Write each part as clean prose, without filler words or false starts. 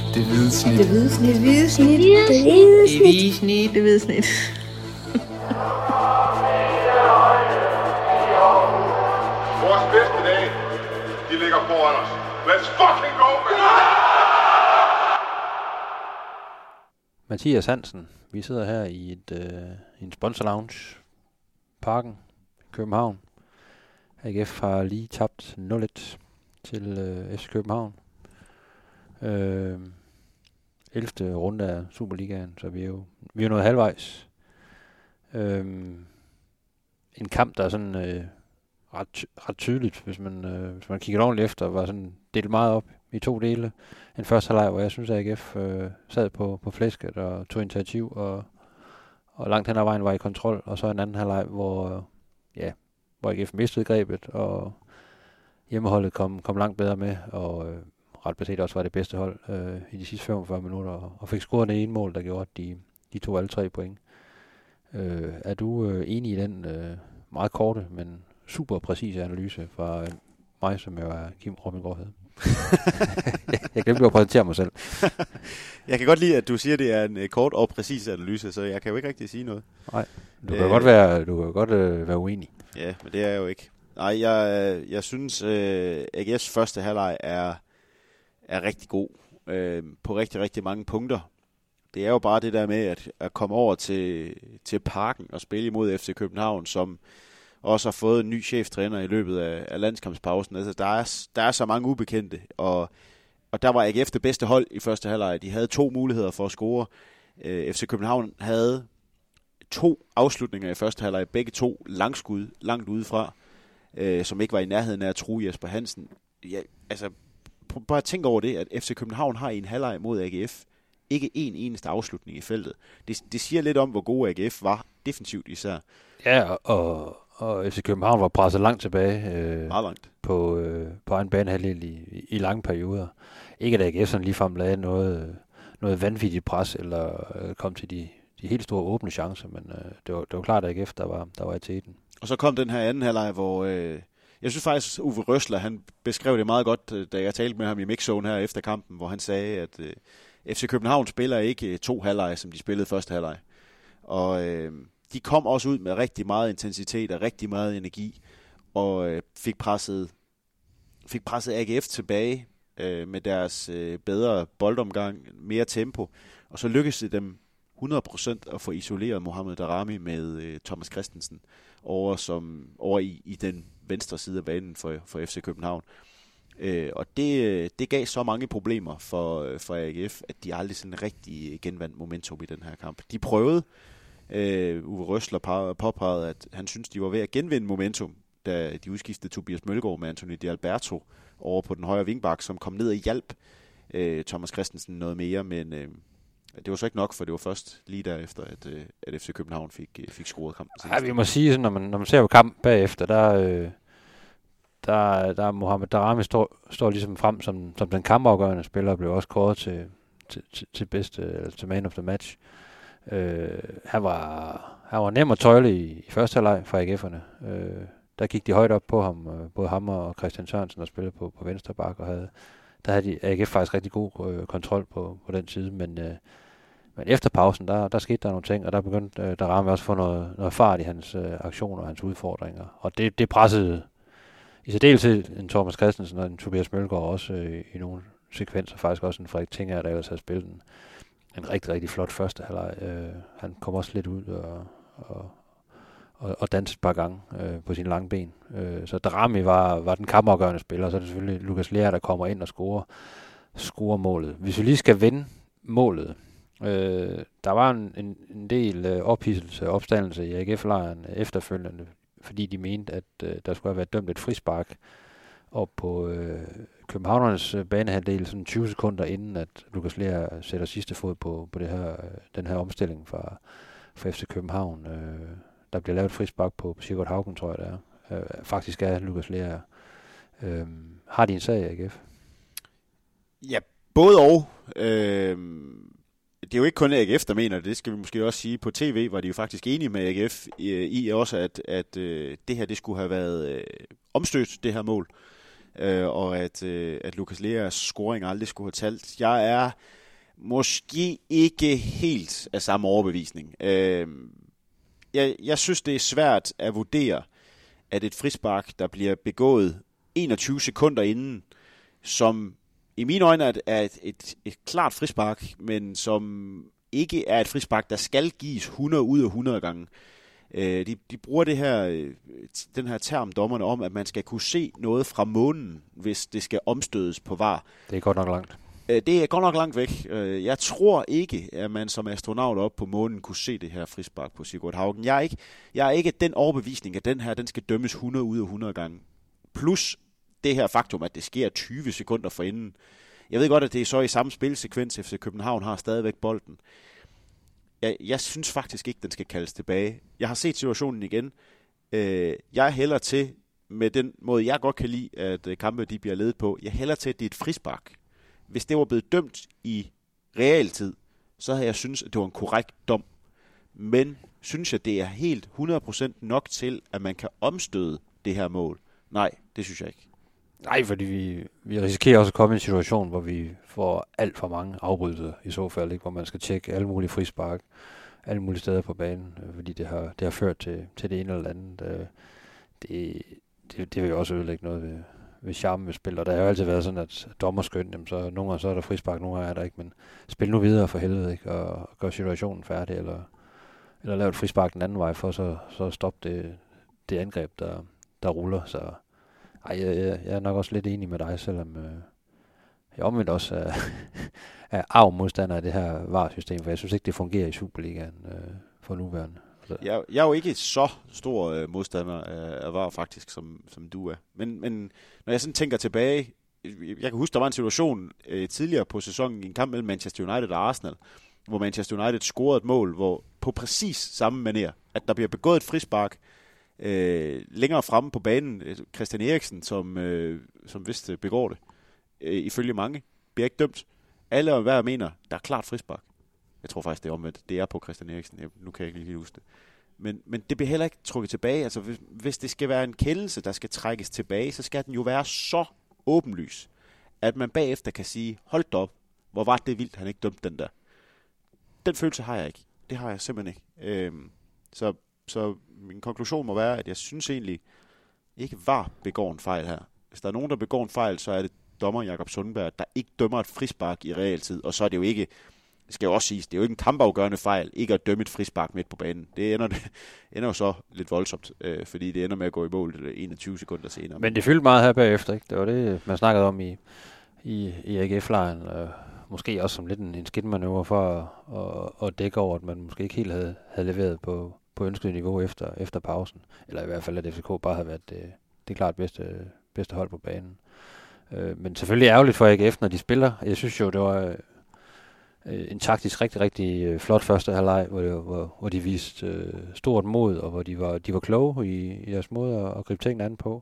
Det hvide snit. Det hvide snit. Det hvide snit. Det hvide snit. Det hvide snit. Det hvide snit. Vores bedste dage, de ligger foran os. Let's fucking go, man! Mathias Hansen, vi sidder her i en sponsor lounge, Parken, København. AGF har lige tabt 0-1 til FC København. 11. runde af Superligaen, så vi er nået halvvejs. En kamp, der er sådan ret tydeligt, hvis man kigger ordentligt efter, var sådan delt meget op i to dele. En første halvleg, hvor jeg synes, at AGF sad på flæsket og tog initiativ, og langt hen ad vejen var i kontrol, og så en anden halvleg, hvor AGF mistede grebet, og hjemmeholdet kom langt bedre med, og ret beset også var det bedste hold i de sidste 45 minutter, og fik scoret det ene mål, der gjorde, at de tog alle 3 point. Er du enig i den meget korte, men super præcise analyse fra mig, som jo er Kim Robbengaard hed? Jeg glemte at præsentere mig selv. Jeg kan godt lide, at du siger, at det er en kort og præcis analyse, så jeg kan jo ikke rigtig sige noget. Nej, du kan godt være uenig. Ja, men det er jeg jo ikke. Nej, jeg synes, AGF's første halvleg er rigtig god på rigtig, rigtig mange punkter. Det er jo bare det der med at komme over til Parken og spille imod FC København, som også har fået en ny cheftræner i løbet af landskampspausen. Altså, der er så mange ubekendte, og der var AGF det bedste hold i første halvleg. De havde 2 muligheder for at score. FC København havde 2 afslutninger i første halvleg, begge 2 langskud langt udefra, som ikke var i nærheden af at true Jesper Hansen. Ja, altså, bare tænk over det, at FC København har i en halvleg mod AGF ikke en eneste afslutning i feltet. Det siger lidt om, hvor god AGF var, defensivt især. Ja, og FC København var presset langt tilbage. Meget langt. På egen banehalvdel i lange perioder. Ikke at AGF sådan ligefrem lagde noget vanvittigt pres, eller kom til de helt store åbne chancer, men det var klart, at AGF, der var i teten. Og så kom den her anden halvleg, hvor jeg synes faktisk, Uwe Rösler, han beskrev det meget godt, da jeg talte med ham i mixzone her efter kampen, hvor han sagde, at FC København spiller ikke 2 halvleje, som de spillede første halvleg. Og de kom også ud med rigtig meget intensitet og rigtig meget energi, og fik presset AGF tilbage med deres bedre boldomgang, mere tempo, og så lykkedes det dem 100% at få isoleret Mohamed Daramy med Thomas Christensen over i den venstre side af banen for FC København. Og det gav så mange problemer for AGF, at de aldrig sådan rigtig genvandt momentum i den her kamp. De prøvede, Uwe Rösler påpegede, at han synes de var ved at genvinde momentum, da de udskiftede Tobias Mølgaard med Anthony Di Alberto over på den højre vingbak, som kom ned og hjalp Thomas Christensen noget mere, men det var så ikke nok, for det var først lige derefter, at FC København fik scoret kampen. Ja, vi må sige, når man ser på kampen bagefter, der Mohamed Daramy står ligesom frem som den kampafgørende spiller, og blev også kåret til bedste, til man of the match. Han var nem at tøjle i første halvleg fra AGF'erne. Der gik de højt op på ham, både ham og Christian Sørensen, der spillede på venstre bak, og der havde de AGF faktisk rigtig god kontrol på den side, men efter pausen, der skete der nogle ting, og der begyndte Daramy også at få noget fart i hans aktioner og hans udfordringer, og det pressede i særdeleshed en Thomas Christensen og en Tobias Mølgaard også i nogle sekvenser, faktisk også en Frederik Tinger, der ellers havde spillet en rigtig, rigtig flot første halvleg. Han kom også lidt ud og dansede et par gange på sine lange ben. Så Daramy var den kampafgørende spiller, så er det selvfølgelig Lukas Lea, der kommer ind og scorer målet. Hvis vi lige skal vende målet, der var en del ophidselse og opstandelse i AGF-lejren efterfølgende, fordi de mente, at der skulle have været dømt et frispark op på københavnernes banehalvdel, sådan 20 sekunder inden, at Lukas Lea sætter sidste fod på den her omstilling fra FC København. Der bliver lavet et frispark på Sigurd Haugen, tror jeg det er. Faktisk er Lukas Lea. Har de en sag, AGF? Ja, både og. Det er jo ikke kun AGF, der mener det skal vi måske også sige. På tv var de jo faktisk enige med AGF i også, at det her det skulle have været omstødt, det her mål. Og at Lukas Leas scoring aldrig skulle have talt. Jeg er Måske ikke helt af samme overbevisning. Jeg synes, det er svært at vurdere, at et frispark, der bliver begået 21 sekunder inden, som i mine øjne er et klart frispark, men som ikke er et frispark, der skal gives 100 ud af 100 gange. De bruger den her term, dommerne, om, at man skal kunne se noget fra månen, hvis det skal omstødes på VAR. Det er godt nok langt. Det er godt nok langt væk. Jeg tror ikke, at man som astronaut oppe på månen kunne se det her frispark på Sigurd Haugen. Jeg er ikke den overbevisning, at den skal dømmes 100 ud af 100 gange. Plus det her faktum, at det sker 20 sekunder forinden. Jeg ved godt, at det er så i samme spilsekvens, FC København har stadigvæk bolden. Jeg synes faktisk ikke, den skal kaldes tilbage. Jeg har set situationen igen. Jeg hælder til, med den måde, jeg godt kan lide, at kampe de bliver ledet på, jeg hælder til, at det er et frispark. Hvis det var blevet dømt i realtid, så havde jeg synes, at det var en korrekt dom. Men synes jeg, det er helt 100% nok til, at man kan omstøde det her mål? Nej, det synes jeg ikke. Nej, fordi vi risikerer også at komme i en situation, hvor vi får alt for mange afbrydelser i så fald, ikke? Hvor man skal tjekke alle mulige frispark, alle mulige steder på banen, fordi det har ført til det ene eller andet. Det vil jo også ødelægge noget ved charmen ved spil, og der har jo altid været sådan, at dommerskøn, så nogle gange så er der frispark, nogle gange er der ikke, men spil nu videre for helvede, ikke? Og gør situationen færdig, eller lave et frispark den anden vej, for så at stoppe det angreb, der ruller, så jeg er nok også lidt enig med dig, selvom jeg omvendt også er arv modstander af det her VAR-system, for jeg synes ikke, det fungerer i Superligaen for nuværende. Jeg er jo ikke så stor modstander af VAR faktisk, som du er. Men når jeg sådan tænker tilbage, jeg kan huske, der var en situation tidligere på sæsonen i en kamp mellem Manchester United og Arsenal, hvor Manchester United scorede et mål, hvor på præcis samme manér, at der bliver begået et frispark, længere fremme på banen, Christian Eriksen, som vist begår det, ifølge mange, bliver ikke dømt. Alle og hver mener, der er klart frispark. Jeg tror faktisk, det er omvendt. Det er på Christian Eriksen. Nu kan jeg ikke lige huske det. Men det bliver heller ikke trukket tilbage. Altså, hvis det skal være en kendelse, der skal trækkes tilbage, så skal den jo være så åbenlys, at man bagefter kan sige, hold da op, hvor var det vildt, han ikke dømte den der. Den følelse har jeg ikke. Det har jeg simpelthen ikke. Så min konklusion må være, at jeg synes egentlig ikke VAR begår en fejl her. Hvis der er nogen, der begår en fejl, så er det dommer Jakob Sundberg, der ikke dømmer et frispark i realtid. Og så er det jo ikke, det skal jo også siges, det er jo ikke en kampafgørende fejl, ikke at dømme et frispark midt på banen. Det ender jo så lidt voldsomt, fordi det ender med at gå i mål 21 sekunder senere. Men det fyldte meget her bagefter, ikke? Det var det, man snakkede om i AGF-lejren. Måske også som lidt en skidtmanøvre for at dække over, at man måske ikke helt havde leveret på ønsket niveau efter pausen. Eller i hvert fald, at FCK bare havde været det klart bedste hold på banen. Men selvfølgelig ærgerligt for AGF, når de spiller. Jeg synes jo, det var en taktisk rigtig, rigtig flot første halvleg, hvor de viste stort mod, og hvor de var kloge i deres måde at gribe tingene an på.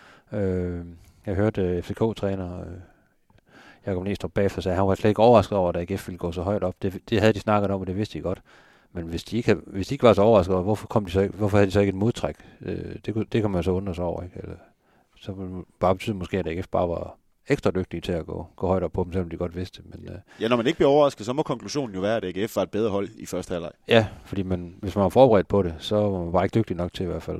Jeg hørte FCK-træner Jakob Næstrup bagefter sagde, at han var slet ikke overrasket over, at AGF ville gå så højt op. Det havde de snakket om, og det vidste de godt. Men hvis de ikke var så overrasket over, hvorfor havde de så ikke et modtræk? Det kan man så undre sig over, ikke? Eller, så ville det bare betyde måske, at AGF bare var ekstra dygtige til at gå højt op på dem, selvom de godt vidste. Men, ja, når man ikke bliver overrasket, så må konklusionen jo være, at AGF var et bedre hold i første halvleg. Ja, fordi hvis man var forberedt på det, så var man bare ikke dygtig nok til i hvert fald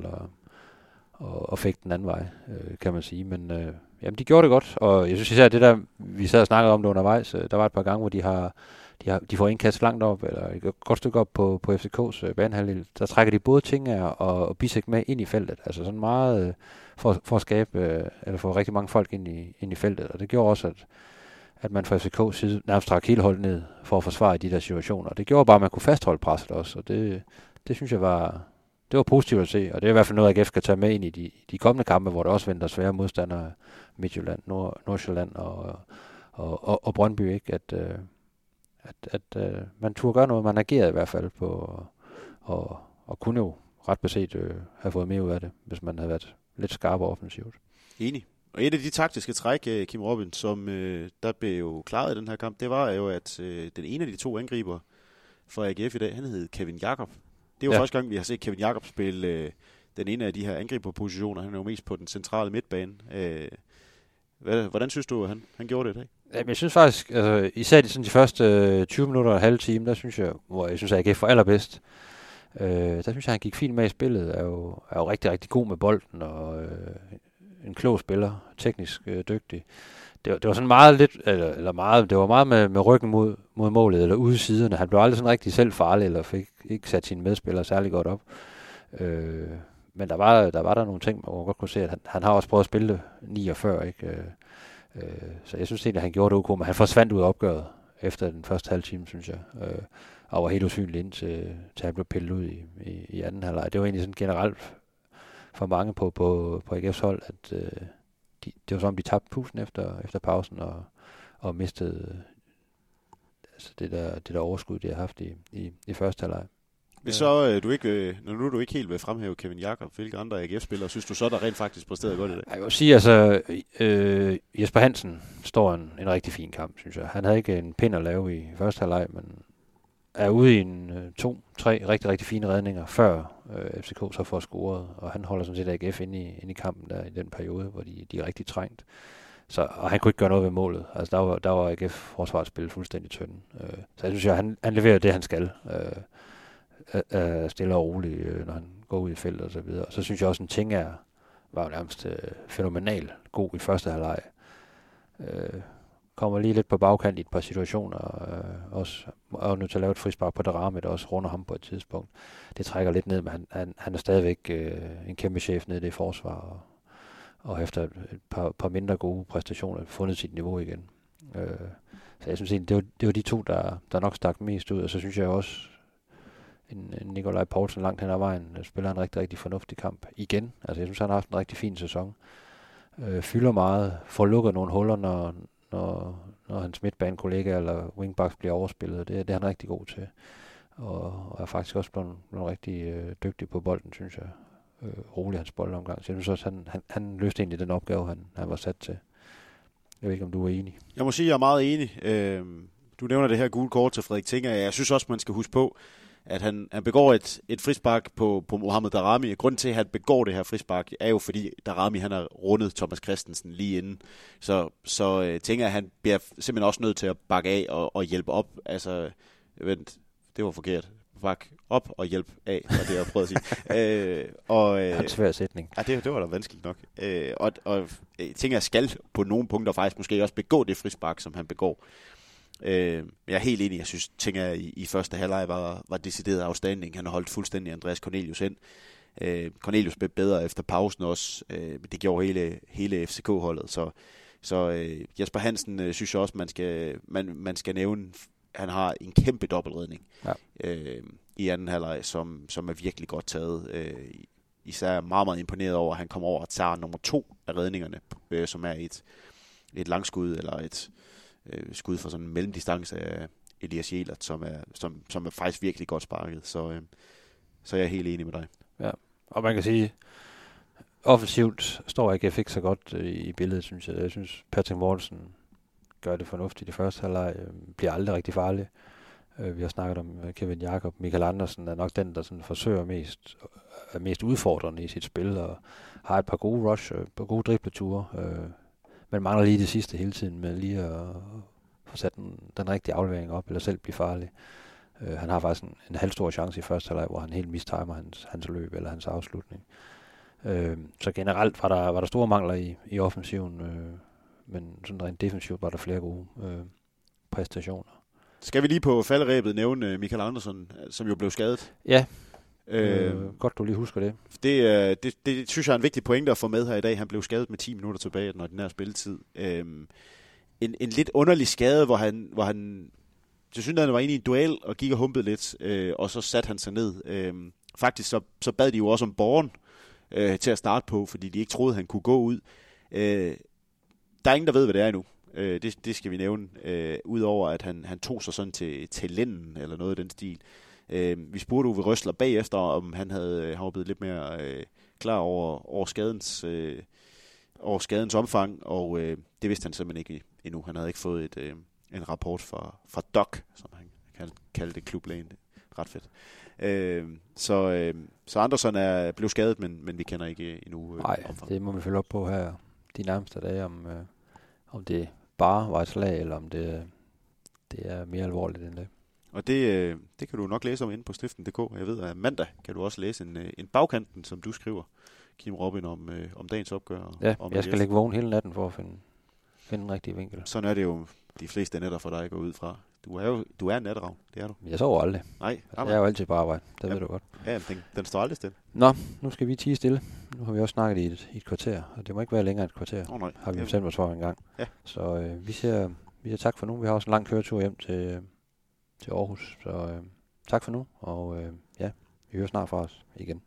at fægte den anden vej, kan man sige. Men jamen, de gjorde det godt, og jeg synes især, det der, vi sad og snakkede om det undervejs, der var et par gange, hvor de får en kasse langt op, eller et godt stykke op på FCK's banehalvdel. Der trækker de både Tinger og Bisek med ind i feltet. Altså sådan meget for at skabe, eller få rigtig mange folk ind i feltet. Og det gjorde også, at man fra FCK's side nærmest trak hele holdet ned for at forsvare i de der situationer. Det gjorde bare, at man kunne fastholde presset også, og det synes jeg var positivt at se. Og det er i hvert fald noget, AGF skal tage med ind i de kommende kampe, hvor der også venter svære modstandere, Midtjylland, Nordsjælland og Brøndby, ikke? At man turde gøre noget, man agerede i hvert fald på, og kunne jo ret beset have fået mere ud af det, hvis man havde været lidt skarpere offensivt. Enig. Og et af de taktiske træk, Kim Robin, som der blev jo klaret i den her kamp, det var jo, at den ene af de to angriber for AGF i dag, han hed Kevin Jakob. Det er jo første gang, vi har set Kevin Jakob spille den ene af de her angriberpositioner. Han er jo mest på den centrale midtbane. Hvordan synes du, han gjorde det i dag? Jamen, jeg synes faktisk, altså, især de første 20 minutter og en halv time, der synes jeg, hvor jeg synes, at AGF var allerbedst. Der synes jeg, han gik fint med i spillet, er jo rigtig, rigtig god med bolden, og en klog spiller, teknisk dygtig. Det var sådan meget lidt, eller meget, det var meget med ryggen mod målet, eller ude i siderne. Han blev aldrig sådan rigtig selv farlig, eller fik ikke sat sine medspillere særlig godt op. Men der var nogle ting, hvor man godt kunne se, at han har også prøvet at spille det 49, ikke? Så jeg synes egentlig, at han gjorde det ok, men han forsvandt ud af opgøret efter den første halve time, synes jeg. Og var helt usynlig indtil han blev pillet ud i anden halvleg. Det var egentlig sådan generelt for mange på AGF's hold, at det var som om, de tabte pusten efter pausen og mistede altså det der overskud, de har haft i første halvleg. Hvis så du ikke, når nu du ikke helt vil fremhæve Kevin Jakob, hvilke andre AGF-spillere synes du så, der rent faktisk præsterede godt i dag? Jeg vil sige, altså Jesper Hansen står en rigtig fin kamp, synes jeg. Han havde ikke en pind at lave i første halvleg, men er ude i 2-3 rigtig, rigtig fine redninger, før FCK så får scoret, og han holder sådan set AGF inde i kampen der i den periode, hvor de er rigtig trængt. Og han kunne ikke gøre noget ved målet. Altså der var AGF-forsvaret spillet fuldstændig tynde. Så jeg synes, han leverer det, han skal. Stille og roligt, når han går ud i feltet og så videre. Og så synes jeg også, en ting var jo nærmest fænomenal god i første halvleg. Kommer lige lidt på bagkant i et par situationer, også og nødt til at lave et frispark på Darami, der også runder ham på et tidspunkt. Det trækker lidt ned, men han er stadigvæk en kæmpe chef nede i det forsvar, og efter et par mindre gode præstationer fundet sit niveau igen. Så jeg synes egentlig, det var de to, der nok stak mest ud, og så synes jeg også, en Nikolaj Poulsen langt hen ad vejen spiller en rigtig, rigtig fornuftig kamp igen. Altså jeg synes, han har haft en rigtig fin sæson. Fylder meget, får lukket nogle huller, når hans midtbanekollega eller wingbacks bliver overspillet. Det er han rigtig god til. Og er faktisk også blevet rigtig dygtig på bolden, synes jeg. Rolig hans boldomgang. Så jeg synes også, han løste egentlig den opgave, han var sat til. Jeg ved ikke, om du er enig. Jeg må sige, at jeg er meget enig. Du nævner det her gule kort til Frederik Tinger. Jeg synes også, man skal huske på, at han begår et frispark på Mohamed Darami. Grunden til, at han begår det her frispark, er jo fordi Darami han har rundet Thomas Christensen lige inden. Så Tinger, han bliver simpelthen også nødt til at bakke af og hjælpe op. Altså, vent, det var forkert. Bakke op og hjælpe af, var det, jeg prøvede at sige. En svær sætning. Ja, det var da vanskeligt nok. Og Tinger skal på nogle punkter faktisk måske også begå det frispark, som han begår. Jeg er helt enig. Jeg synes, Tinger i første halvleg var decideret afstanding. Han har holdt fuldstændig Andreas Cornelius ind. Cornelius blev bedre efter pausen også, men det gjorde hele FCK-holdet. Så Jesper Hansen synes jeg også, man skal nævne. Han har en kæmpe dobbeltredning i anden halvleg, som er virkelig godt taget. Især meget, meget imponeret over, at han kommer over og tager nummer 2 af redningerne, som er et langskud eller et skud for sådan en mellemdistance af Elias Jelert, som er faktisk virkelig godt sparket. Så jeg er helt enig med dig. Ja, og man kan sige, offensivt står AGF ikke så godt i billedet, synes jeg. Jeg synes, Patrick Mortensen gør det fornuftigt i første halvleg, bliver aldrig rigtig farlig. Vi har snakket om Kevin Jakob. Michael Andersen er nok den, der sådan forsøger mest udfordrende i sit spil, og har et par gode rush, på gode dribleture, men mangler lige det sidste hele tiden med lige at få sat den rigtige aflevering op, eller selv blive farlig. Han har faktisk en halvstor chance i første halvleg, hvor han helt mistimer hans løb eller hans afslutning. Så generelt var der store mangler i offensiven, men sådan rent defensivt var der flere gode præstationer. Skal vi lige på falderæbet nævne Michael Andersen, som jo blev skadet? Ja, godt du lige husker det. Det synes jeg er en vigtig pointe at få med her i dag. Han blev skadet med 10 minutter tilbage af den ordinære spilletid. En lidt underlig skade, hvor han til synligheden var inde i en duel og gik og humpede lidt, og så satte han sig ned. Faktisk så bad de jo også om borgen til at starte på, fordi de ikke troede, han kunne gå ud. Der er ingen, der ved, hvad det er endnu. Det skal vi nævne, udover at han tog sig sådan til lænden, eller noget i den stil. Vi spurgte Uwe Røsler bagefter, om han var blevet lidt mere klar over skadens omfang, og det vidste han simpelthen ikke endnu. Han havde ikke fået en rapport fra DOC, som han kaldte klublægen. Ret fedt. Så Andersen blev skadet, men vi kender ikke endnu omfang. Det må vi følge op på her de nærmeste dage, om det bare var et slag, eller om det er mere alvorligt end det. Og det kan du nok læse om inde på stiften.dk. Jeg ved, at mandag kan du også læse en bagkanten, som du skriver, Kim Robin, om dagens opgør. Ja, om jeg skal ligge vågen hele natten for at finde en rigtig vinkel. Sådan er det jo de fleste nætter for dig går ud fra. Du er en natteravn, det er du. Jeg sover aldrig. Nej. Jeg er jo altid på arbejde, det ved du godt. Ja, den står aldrig stille. Nå, nu skal vi tie stille. Nu har vi også snakket i et kvarter, og det må ikke være længere et kvarter. Nej. Har vi bestemt os for en gang. Ja. Så vi siger tak for nu. Vi har også en lang køretur hjem til Aarhus. Så tak for nu, og vi hører snart fra os igen.